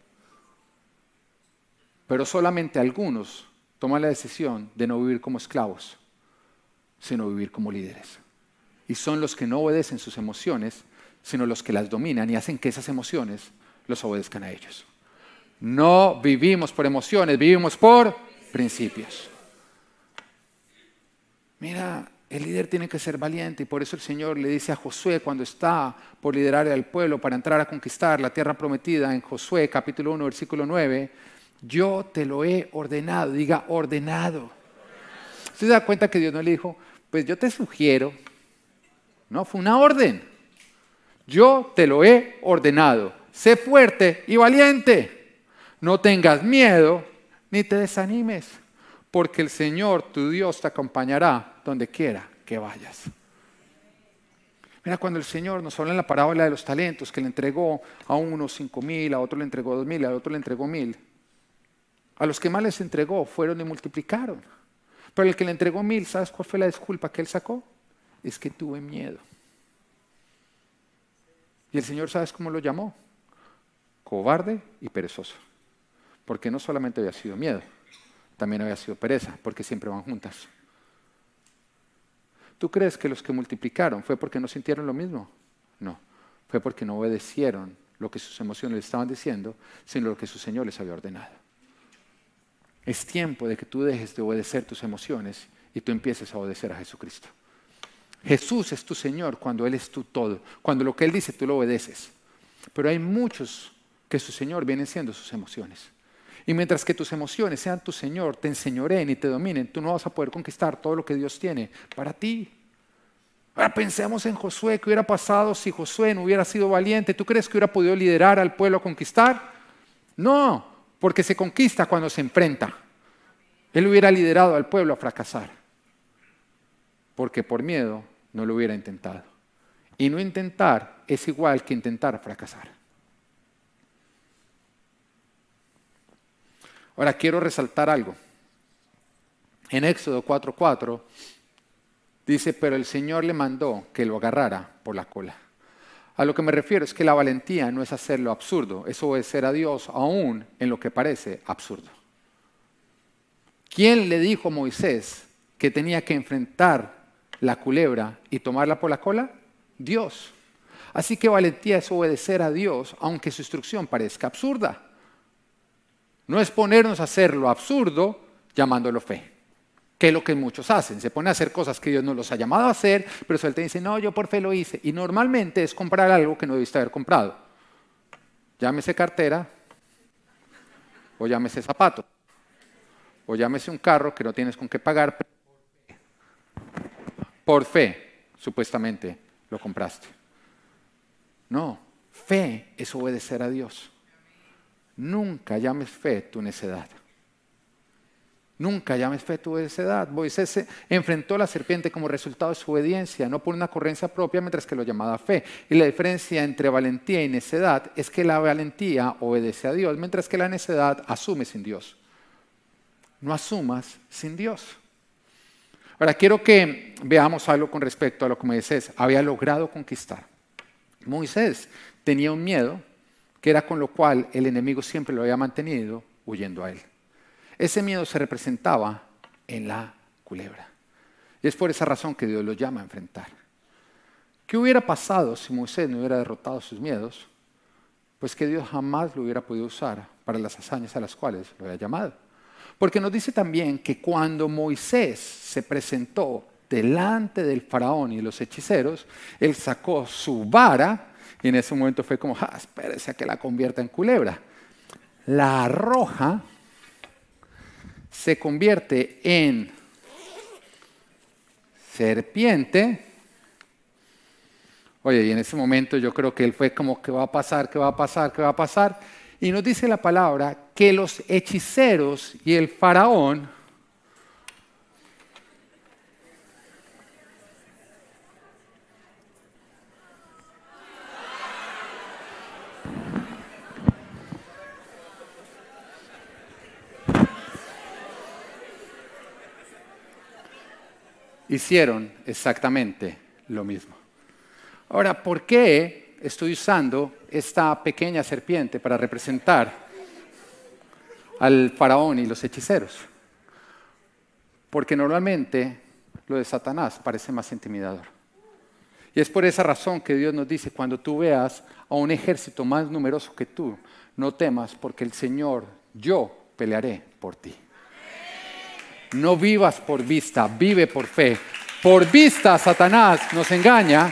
[SPEAKER 1] Pero solamente algunos toman la decisión de no vivir como esclavos, sino vivir como líderes. Y son los que no obedecen sus emociones, sino los que las dominan y hacen que esas emociones los obedezcan a ellos. No vivimos por emociones, vivimos por principios. Mira, el líder tiene que ser valiente y por eso el Señor le dice a Josué cuando está por liderar al pueblo para entrar a conquistar la tierra prometida en Josué capítulo uno versículo nueve, yo te lo he ordenado, diga ordenado. ¿Usted se da cuenta que Dios no le dijo, pues yo te sugiero? No, fue una orden. Yo te lo he ordenado. Sé fuerte y valiente. No tengas miedo ni te desanimes, porque el Señor, tu Dios, te acompañará donde quiera que vayas. Mira, cuando el Señor nos habla en la parábola de los talentos, que le entregó a uno cinco mil, a otro le entregó dos mil, a otro le entregó mil. A los que más les entregó fueron y multiplicaron. Pero el que le entregó mil, ¿sabes cuál fue la disculpa que él sacó? Es que tuve miedo. Y el Señor, ¿sabes cómo lo llamó? Cobarde y perezoso. Porque no solamente había sido miedo, también había sido pereza, porque siempre van juntas. ¿Tú crees que los que multiplicaron fue porque no sintieron lo mismo? No, fue porque no obedecieron lo que sus emociones les estaban diciendo, sino lo que su Señor les había ordenado. Es tiempo de que tú dejes de obedecer tus emociones y tú empieces a obedecer a Jesucristo. Jesús es tu Señor cuando Él es tu todo, cuando lo que Él dice tú lo obedeces. Pero hay muchos que su Señor vienen siendo sus emociones. Y mientras que tus emociones sean tu Señor, te enseñoreen y te dominen, tú no vas a poder conquistar todo lo que Dios tiene para ti. Ahora pensemos en Josué, ¿qué hubiera pasado si Josué no hubiera sido valiente? ¿Tú crees que hubiera podido liderar al pueblo a conquistar? No, porque se conquista cuando se enfrenta. Él hubiera liderado al pueblo a fracasar, porque por miedo no lo hubiera intentado. Y no intentar es igual que intentar fracasar. Ahora quiero resaltar algo. En Éxodo cuatro cuatro dice, pero el Señor le mandó que lo agarrara por la cola. A lo que me refiero es que la valentía no es hacer lo absurdo, es obedecer a Dios aún en lo que parece absurdo. ¿Quién le dijo a Moisés que tenía que enfrentar la culebra y tomarla por la cola? Dios. Así que valentía es obedecer a Dios aunque su instrucción parezca absurda. No es ponernos a hacer lo absurdo llamándolo fe, que es lo que muchos hacen. Se ponen a hacer cosas que Dios no los ha llamado a hacer, pero suelta y dice, no, yo por fe lo hice. Y normalmente es comprar algo que no debiste haber comprado. Llámese cartera, o llámese zapato, o llámese un carro que no tienes con qué pagar. Por fe, supuestamente, lo compraste. No, fe es obedecer a Dios. Nunca llames fe tu necedad. Nunca llames fe tu necedad. Moisés se enfrentó a la serpiente como resultado de su obediencia, no por una ocurrencia propia, mientras que lo llamaba fe. Y la diferencia entre valentía y necedad es que la valentía obedece a Dios, mientras que la necedad asume sin Dios. No asumas sin Dios. Ahora quiero que veamos algo con respecto a lo que Moisés había logrado conquistar. Moisés tenía un miedo que era con lo cual el enemigo siempre lo había mantenido huyendo a él. ese miedo se representaba en la culebra. Y es por esa razón que Dios lo llama a enfrentar. ¿Qué hubiera pasado si Moisés no hubiera derrotado sus miedos? Pues que Dios jamás lo hubiera podido usar para las hazañas a las cuales lo había llamado. Porque nos dice también que cuando Moisés se presentó delante del faraón y los hechiceros, él sacó su vara y en ese momento fue como, ah, espérese a que la convierta en culebra. La arroja, se convierte en serpiente. Oye, y en ese momento yo creo que él fue como, ¿qué va a pasar? ¿Qué va a pasar? ¿Qué va a pasar? Y nos dice la palabra que los hechiceros y el faraón hicieron exactamente lo mismo. Ahora, ¿por qué estoy usando esta pequeña serpiente para representar al faraón y los hechiceros? Porque normalmente lo de Satanás parece más intimidador. Y es por esa razón que Dios nos dice, cuando tú veas a un ejército más numeroso que tú, no temas porque el Señor, yo pelearé por ti. No vivas por vista, vive por fe. Por vista Satanás nos engaña.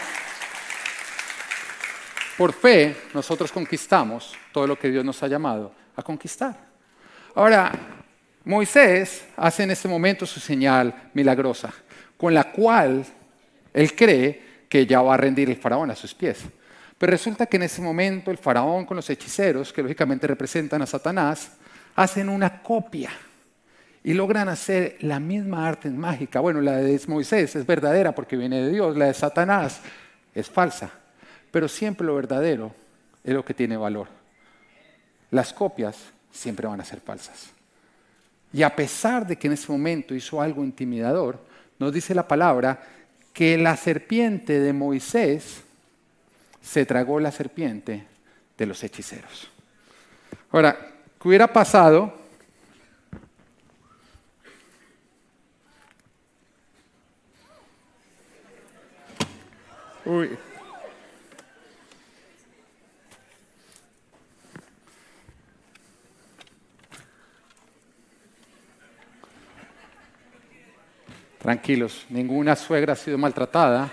[SPEAKER 1] Por fe nosotros conquistamos todo lo que Dios nos ha llamado a conquistar. Ahora, Moisés hace en este momento su señal milagrosa, con la cual él cree que ya va a rendir el faraón a sus pies. Pero resulta que en ese momento el faraón con los hechiceros, que lógicamente representan a Satanás, hacen una copia y logran hacer la misma arte mágica. Bueno, la de Moisés es verdadera porque viene de Dios, la de Satanás es falsa. Pero siempre lo verdadero es lo que tiene valor. Las copias siempre van a ser falsas. Y a pesar de que en ese momento hizo algo intimidador, nos dice la palabra que la serpiente de Moisés se tragó la serpiente de los hechiceros. Ahora, ¿qué hubiera pasado? Uy. Tranquilos, ninguna suegra ha sido maltratada.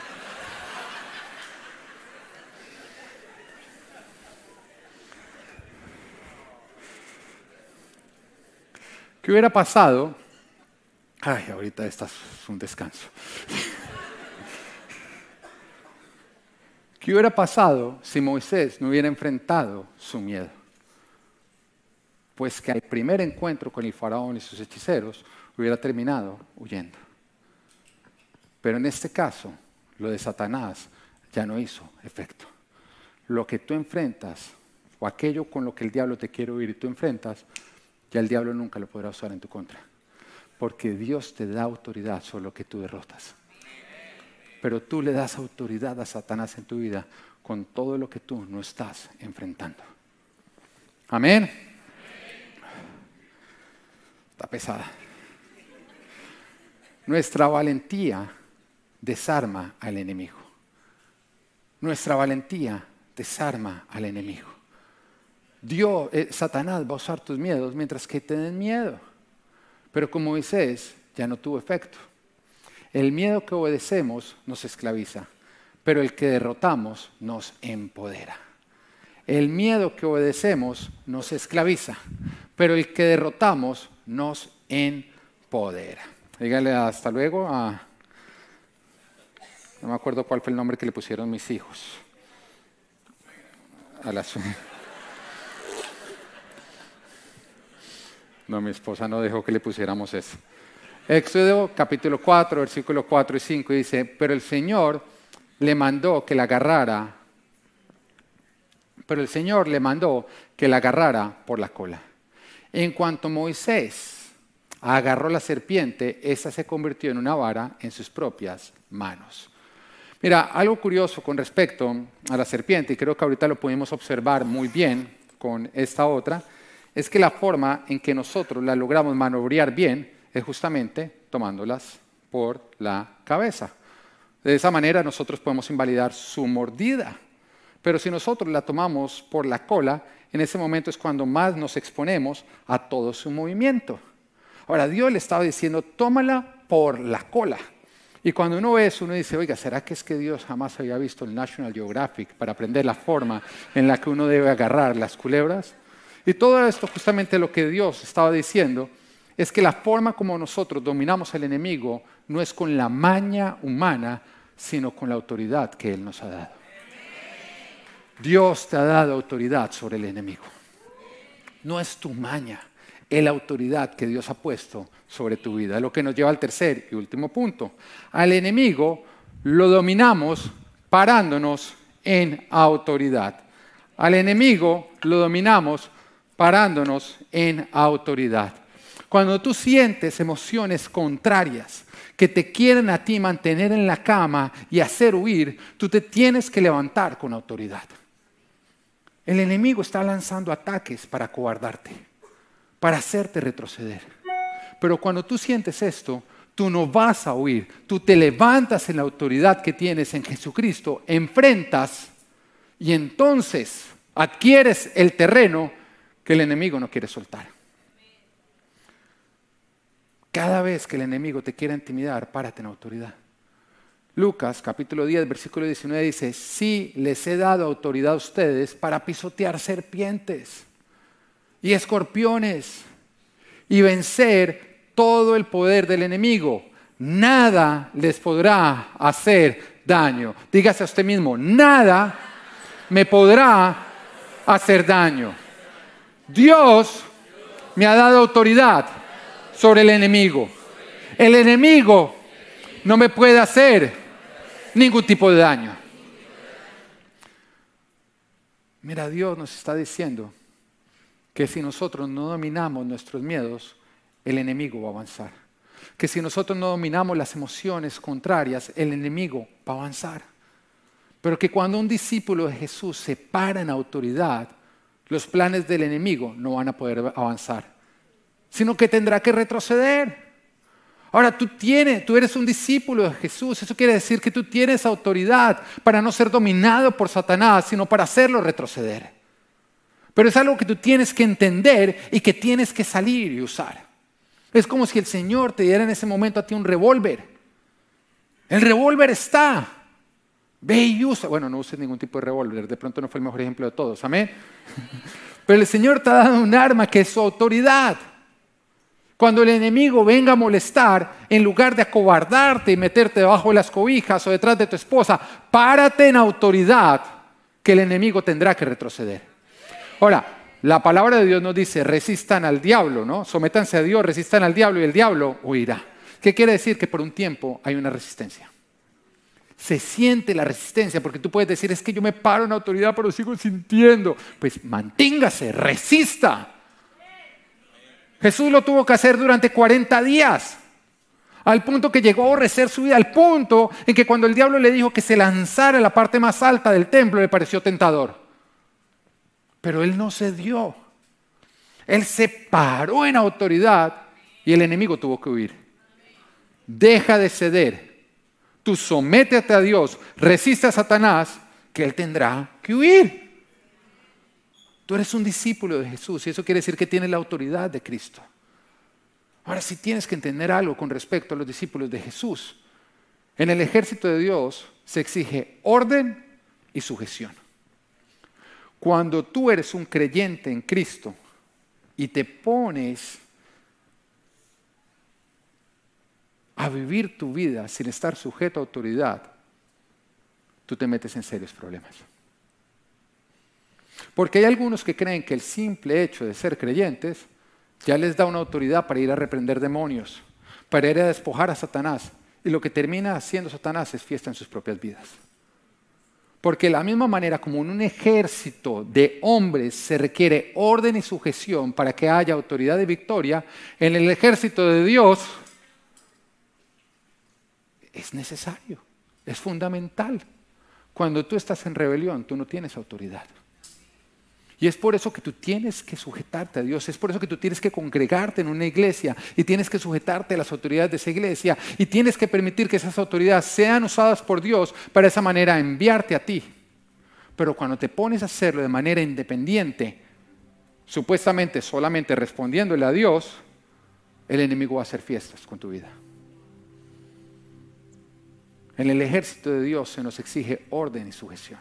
[SPEAKER 1] ¿Qué hubiera pasado? Ay, ahorita esta es un descanso. ¿Qué hubiera pasado si Moisés no hubiera enfrentado su miedo? Pues que al primer encuentro con el faraón y sus hechiceros hubiera terminado huyendo. Pero en este caso, lo de Satanás ya no hizo efecto. Lo que tú enfrentas, o aquello con lo que el diablo te quiere huir y tú enfrentas, ya el diablo nunca lo podrá usar en tu contra. Porque Dios te da autoridad sobre lo que tú derrotas. Pero tú le das autoridad a Satanás en tu vida con todo lo que tú no estás enfrentando. Amén. Está pesada. Nuestra valentía desarma al enemigo. Nuestra valentía desarma al enemigo. Dios, eh, Satanás va a usar tus miedos mientras que te den miedo. Pero como Moisés ya no tuvo efecto. El miedo que obedecemos nos esclaviza, pero el que derrotamos nos empodera. El miedo que obedecemos nos esclaviza, pero el que derrotamos nos empodera. Dígale hasta luego a... No me acuerdo cuál fue el nombre que le pusieron mis hijos. A la... No, mi esposa no dejó que le pusiéramos eso. Éxodo capítulo cuatro, versículos cuatro y cinco dice, pero el Señor le mandó que la agarrara, pero el Señor le mandó que la agarrara por la cola. En cuanto Moisés agarró la serpiente, esa se convirtió en una vara en sus propias manos. Mira, algo curioso con respecto a la serpiente, y creo que ahorita lo pudimos observar muy bien con esta otra, es que la forma en que nosotros las logramos manobrear bien es justamente tomándolas por la cabeza. De esa manera nosotros podemos invalidar su mordida. Pero si nosotros la tomamos por la cola, en ese momento es cuando más nos exponemos a todo su movimiento. Ahora, Dios le estaba diciendo, tómala por la cola. Y cuando uno ve eso, uno dice, oiga, ¿será que es que Dios jamás había visto el National Geographic para aprender la forma en la que uno debe agarrar las culebras? Y todo esto, justamente lo que Dios estaba diciendo, es que la forma como nosotros dominamos al enemigo no es con la maña humana, sino con la autoridad que Él nos ha dado. Dios te ha dado autoridad sobre el enemigo. No es tu maña, es la autoridad que Dios ha puesto sobre tu vida. Es lo que nos lleva al tercer y último punto. Al enemigo lo dominamos parándonos en autoridad. Al enemigo lo dominamos parándonos en autoridad. Cuando tú sientes emociones contrarias que te quieren a ti mantener en la cama y hacer huir, tú te tienes que levantar con autoridad. El enemigo está lanzando ataques para acobardarte, para hacerte retroceder. Pero cuando tú sientes esto, tú no vas a huir. Tú te levantas en la autoridad que tienes en Jesucristo, enfrentas y entonces adquieres el terreno que el enemigo no quiere soltar. Cada vez que el enemigo te quiera intimidar, párate en autoridad. Lucas capítulo diez, versículo diecinueve dice, sí les he dado autoridad a ustedes para pisotear serpientes y escorpiones y vencer todo el poder del enemigo. Nada les podrá hacer daño. Dígase a usted mismo, nada me podrá hacer daño. Dios me ha dado autoridad sobre el enemigo. El enemigo no me puede hacer ningún tipo de daño. Mira, Dios nos está diciendo que si nosotros no dominamos nuestros miedos, el enemigo va a avanzar. Que si nosotros no dominamos las emociones contrarias, el enemigo va a avanzar. Pero que cuando un discípulo de Jesús se para en autoridad, los planes del enemigo no van a poder avanzar, sino que tendrá que retroceder. Ahora, tú tienes, tú eres un discípulo de Jesús. Eso quiere decir que tú tienes autoridad para no ser dominado por Satanás, sino para hacerlo retroceder. Pero es algo que tú tienes que entender y que tienes que salir y usar. Es como si el Señor te diera en ese momento a ti un revólver. El revólver está. Ve y usa. Bueno, no uses ningún tipo de revólver. De pronto no fue el mejor ejemplo de todos. Amén. Pero el Señor te ha dado un arma que es su autoridad. Cuando el enemigo venga a molestar, en lugar de acobardarte y meterte debajo de las cobijas o detrás de tu esposa, párate en autoridad que el enemigo tendrá que retroceder. Ahora, la palabra de Dios nos dice, resistan al diablo, ¿no? Sométanse a Dios, resistan al diablo y el diablo huirá. ¿Qué quiere decir? Que por un tiempo hay una resistencia. Se siente la resistencia porque tú puedes decir, es que yo me paro en autoridad pero sigo sintiendo. Pues manténgase, resista. Jesús lo tuvo que hacer durante cuarenta días, al punto que llegó a aborrecer su vida, al punto en que cuando el diablo le dijo que se lanzara a la parte más alta del templo, le pareció tentador. Pero él no cedió. Él se paró en autoridad y el enemigo tuvo que huir. Deja de ceder. Tú sométete a Dios, resiste a Satanás, que él tendrá que huir. Tú eres un discípulo de Jesús y eso quiere decir que tienes la autoridad de Cristo. Ahora sí tienes que entender algo con respecto a los discípulos de Jesús. En el ejército de Dios se exige orden y sujeción. Cuando tú eres un creyente en Cristo y te pones a vivir tu vida sin estar sujeto a autoridad, tú te metes en serios problemas. Porque hay algunos que creen que el simple hecho de ser creyentes ya les da una autoridad para ir a reprender demonios, para ir a despojar a Satanás. Y lo que termina haciendo Satanás es fiesta en sus propias vidas. Porque de la misma manera como en un ejército de hombres se requiere orden y sujeción para que haya autoridad y victoria, en el ejército de Dios es necesario, es fundamental. Cuando tú estás en rebelión, tú no tienes autoridad. Y es por eso que tú tienes que sujetarte a Dios, es por eso que tú tienes que congregarte en una iglesia y tienes que sujetarte a las autoridades de esa iglesia y tienes que permitir que esas autoridades sean usadas por Dios para de esa manera enviarte a ti. Pero cuando te pones a hacerlo de manera independiente, supuestamente solamente respondiéndole a Dios, el enemigo va a hacer fiestas con tu vida. En el ejército de Dios se nos exige orden y sujeción.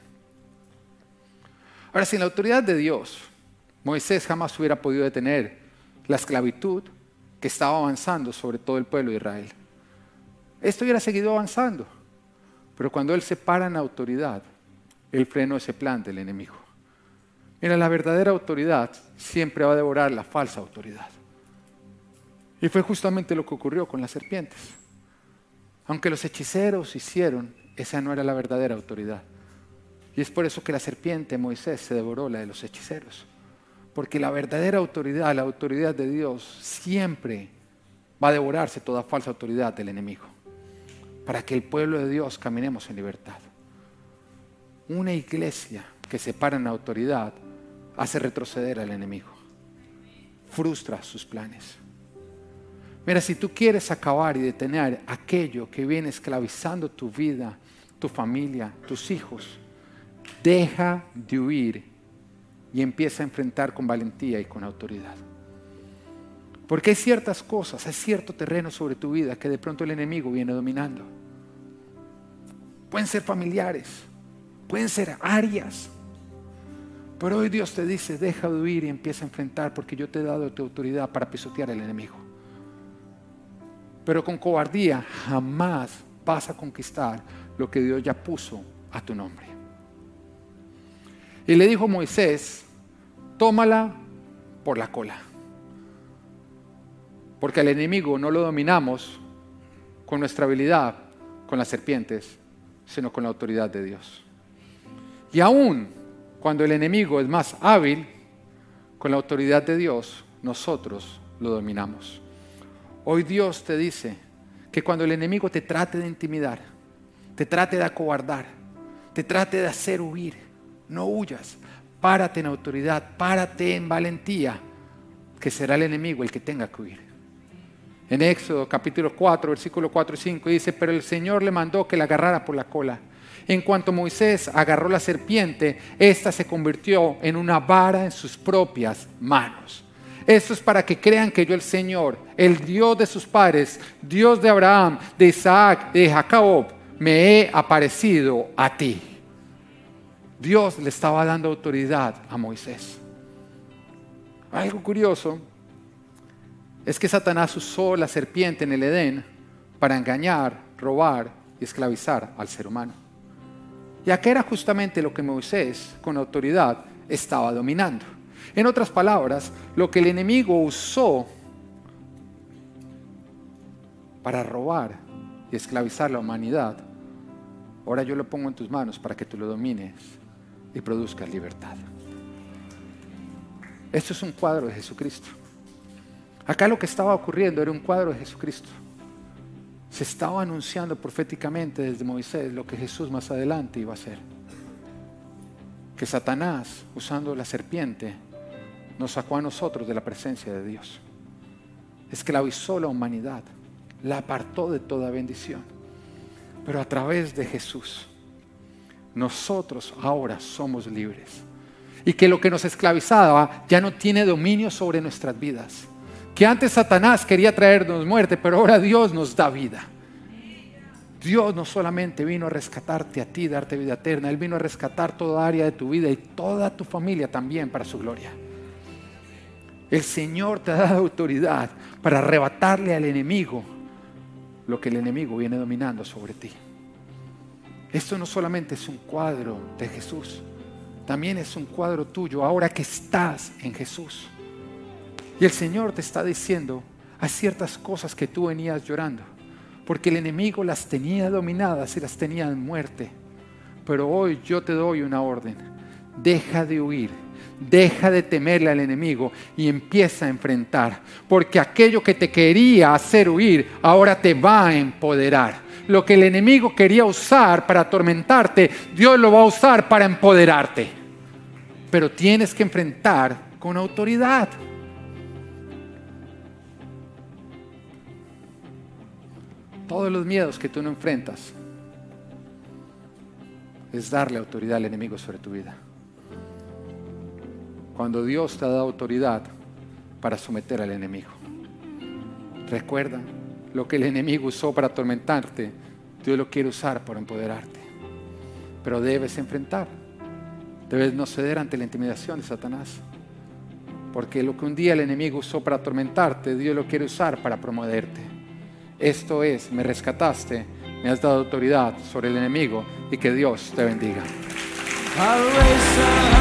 [SPEAKER 1] Ahora, sin la autoridad de Dios, Moisés jamás hubiera podido detener la esclavitud que estaba avanzando sobre todo el pueblo de Israel. Esto hubiera seguido avanzando, pero cuando él se para en autoridad, él frenó ese plan del enemigo. Mira, la verdadera autoridad siempre va a devorar la falsa autoridad. Y fue justamente lo que ocurrió con las serpientes. Aunque los hechiceros hicieron, esa no era la verdadera autoridad. Y es por eso que la serpiente Moisés se devoró la de los hechiceros. Porque la verdadera autoridad, la autoridad de Dios, siempre va a devorarse toda falsa autoridad del enemigo. Para que el pueblo de Dios caminemos en libertad. Una iglesia que se para en autoridad hace retroceder al enemigo. Frustra sus planes. Mira, si tú quieres acabar y detener aquello que viene esclavizando tu vida, tu familia, tus hijos, deja de huir y empieza a enfrentar con valentía y con autoridad. Porque hay ciertas cosas, hay cierto terreno sobre tu vida que de pronto el enemigo viene dominando. Pueden ser familiares, pueden ser áreas. Pero hoy Dios te dice, deja de huir y empieza a enfrentar porque yo te he dado tu autoridad para pisotear al enemigo. Pero con cobardía jamás vas a conquistar lo que Dios ya puso a tu nombre. Y le dijo Moisés, tómala por la cola. Porque al enemigo no lo dominamos con nuestra habilidad, con las serpientes, sino con la autoridad de Dios. Y aún cuando el enemigo es más hábil, con la autoridad de Dios, nosotros lo dominamos. Hoy Dios te dice que cuando el enemigo te trate de intimidar, te trate de acobardar, te trate de hacer huir, no huyas, párate en autoridad, párate en valentía, que será el enemigo el que tenga que huir. En Éxodo capítulo cuatro, versículo cuatro y cinco dice, pero el Señor le mandó que la agarrara por la cola. En cuanto Moisés agarró la serpiente, ésta se convirtió en una vara en sus propias manos. Esto es para que crean que yo, el Señor, el Dios de sus padres, Dios de Abraham, de Isaac, de Jacob, me he aparecido a ti. Dios le estaba dando autoridad a Moisés. Algo curioso es que Satanás usó la serpiente en el Edén para engañar, robar y esclavizar al ser humano. Y acá era justamente lo que Moisés, con autoridad, estaba dominando. En otras palabras, lo que el enemigo usó para robar y esclavizar la humanidad, ahora yo lo pongo en tus manos para que tú lo domines y produzcas libertad. Esto es un cuadro de Jesucristo. Acá lo que estaba ocurriendo era un cuadro de Jesucristo. Se estaba anunciando proféticamente desde Moisés lo que Jesús más adelante iba a hacer. Que Satanás, usando la serpiente, nos sacó a nosotros de la presencia de Dios. Esclavizó la humanidad, la apartó de toda bendición. Pero a través de Jesús, nosotros ahora somos libres. Y que lo que nos esclavizaba ya no tiene dominio sobre nuestras vidas. Que antes Satanás quería traernos muerte, pero ahora Dios nos da vida. Dios no solamente vino a rescatarte a ti, darte vida eterna. Él vino a rescatar toda área de tu vida y toda tu familia también para su gloria. El Señor te ha dado autoridad para arrebatarle al enemigo lo que el enemigo viene dominando sobre ti. Esto no solamente es un cuadro de Jesús, también es un cuadro tuyo ahora que estás en Jesús. Y el Señor te está diciendo, hay ciertas cosas que tú venías llorando, porque el enemigo las tenía dominadas y las tenía en muerte. Pero hoy yo te doy una orden, deja de huir, deja de temerle al enemigo y empieza a enfrentar, porque aquello que te quería hacer huir, ahora te va a empoderar. Lo que el enemigo quería usar para atormentarte, Dios lo va a usar para empoderarte. pero tienes que enfrentar con autoridad. Todos los miedos que tú no enfrentas es darle autoridad al enemigo sobre tu vida. Cuando Dios te ha dado autoridad para someter al enemigo. Recuerda, lo que el enemigo usó para atormentarte, Dios lo quiere usar para empoderarte. Pero debes enfrentar. Debes no ceder ante la intimidación de Satanás. Porque lo que un día el enemigo usó para atormentarte, Dios lo quiere usar para promoverte. Esto es, me rescataste, me has dado autoridad sobre el enemigo y que Dios te bendiga.